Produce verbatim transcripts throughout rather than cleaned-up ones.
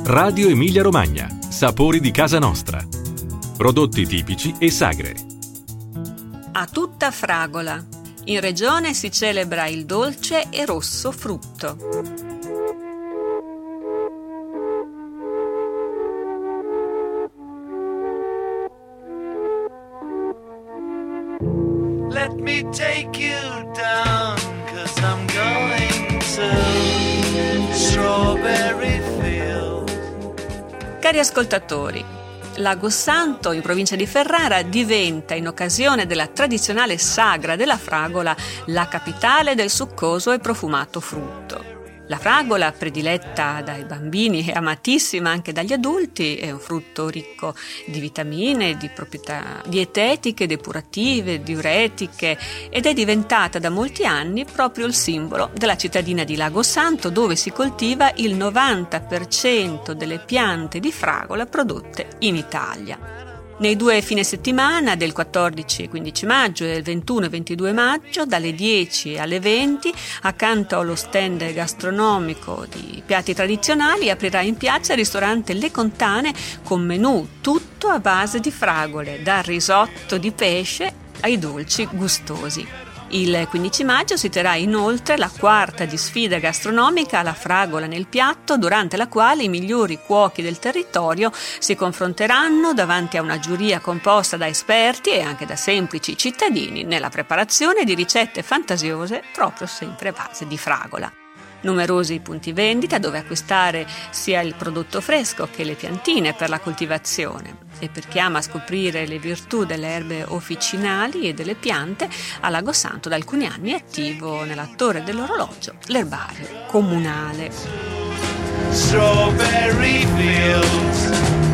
Radio Emilia Romagna. Sapori di casa nostra. Prodotti tipici e sagre. A tutta fragola. In regione si celebra il dolce e rosso frutto. Let me take you down, 'cause I'm going to Strawberry Fields. Cari ascoltatori, Lagossanto, in provincia di Ferrara, diventa, in occasione della tradizionale sagra della fragola, la capitale del succoso e profumato frutto. La fragola, prediletta dai bambini e amatissima anche dagli adulti, è un frutto ricco di vitamine, di proprietà dietetiche, depurative, diuretiche, ed è diventata da molti anni proprio il simbolo della cittadina di Lagossanto, dove si coltiva il novanta per cento delle piante di fragola prodotte in Italia. Nei due fine settimana del quattordici e quindici maggio e del ventuno e ventidue maggio, dalle dieci alle venti, accanto allo stand gastronomico di piatti tradizionali, aprirà in piazza il ristorante Le Contane con menù tutto a base di fragole, dal risotto di pesce ai dolci gustosi. Il quindici maggio si terrà inoltre la quarta di sfida gastronomica alla fragola nel piatto, durante la quale i migliori cuochi del territorio si confronteranno davanti a una giuria composta da esperti e anche da semplici cittadini nella preparazione di ricette fantasiose proprio sempre a base di fragola. Numerosi punti vendita dove acquistare sia il prodotto fresco che le piantine per la coltivazione. E per chi ama scoprire le virtù delle erbe officinali e delle piante, a Lagossanto da alcuni anni è attivo nella Torre dell'Orologio l'erbario comunale. Strawberry Fields.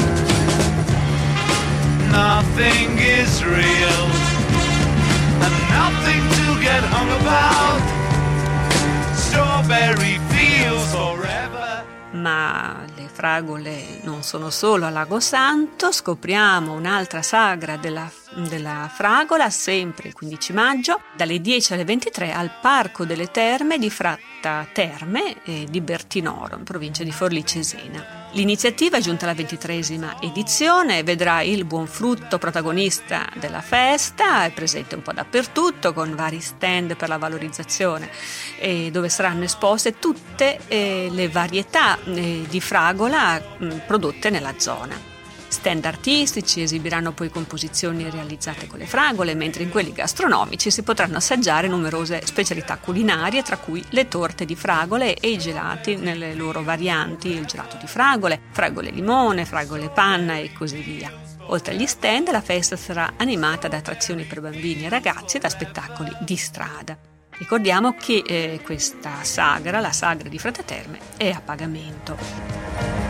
Nothing is real and nothing to get hung about. Strawberry Fields forever. Ma le fragole non sono solo a Lagossanto. Scopriamo un'altra sagra della, della fragola, sempre il quindici maggio, dalle dieci alle ventitré al Parco delle Terme di Fratta Terme e di Bertinoro, in provincia di Forlì Cesena. L'iniziativa è giunta alla ventitreesima edizione, vedrà il Buonfrutto protagonista della festa, è presente un po' dappertutto con vari stand per la valorizzazione, e dove saranno esposte tutte eh, le varietà eh, di fragola mh, prodotte nella zona. Stand artistici esibiranno poi composizioni realizzate con le fragole, mentre in quelli gastronomici si potranno assaggiare numerose specialità culinarie, tra cui le torte di fragole e i gelati nelle loro varianti, il gelato di fragole, fragole limone, fragole panna e così via. Oltre agli stand, la festa sarà animata da attrazioni per bambini e ragazzi e da spettacoli di strada. Ricordiamo che eh, questa sagra, la sagra di Fratta Terme, è a pagamento.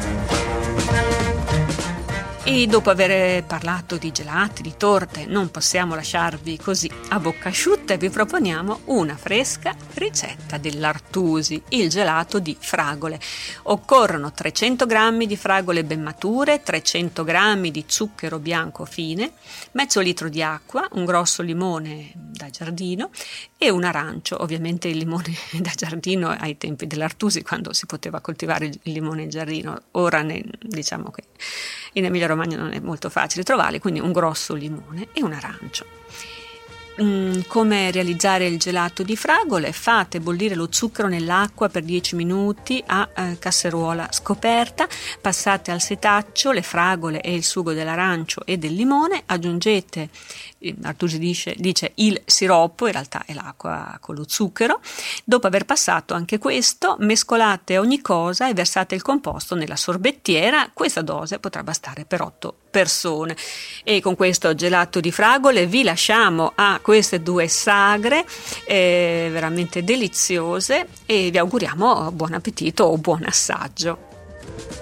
E dopo aver parlato di gelati, di torte, non possiamo lasciarvi così a bocca asciutta e vi proponiamo una fresca ricetta dell'Artusi, il gelato di fragole. Occorrono trecento grammi di fragole ben mature, trecento grammi di zucchero bianco fine, mezzo litro di acqua, un grosso limone da giardino e un arancio. Ovviamente il limone da giardino ai tempi dell'Artusi, quando si poteva coltivare il limone in giardino. Ora ne, diciamo che in Emilia Romagna non è molto facile trovarli, quindi un grosso limone e un arancio. Mm, come realizzare il gelato di fragole? Fate bollire lo zucchero nell'acqua per dieci minuti a eh, casseruola scoperta, passate al setaccio le fragole e il sugo dell'arancio e del limone, aggiungete, eh, Artusi dice, dice il siroppo, in realtà è l'acqua con lo zucchero. Dopo aver passato anche questo, mescolate ogni cosa e versate il composto nella sorbettiera. Questa dose potrà bastare per otto persone. E con questo gelato di fragole vi lasciamo a queste due sagre eh, veramente deliziose e vi auguriamo buon appetito o buon assaggio.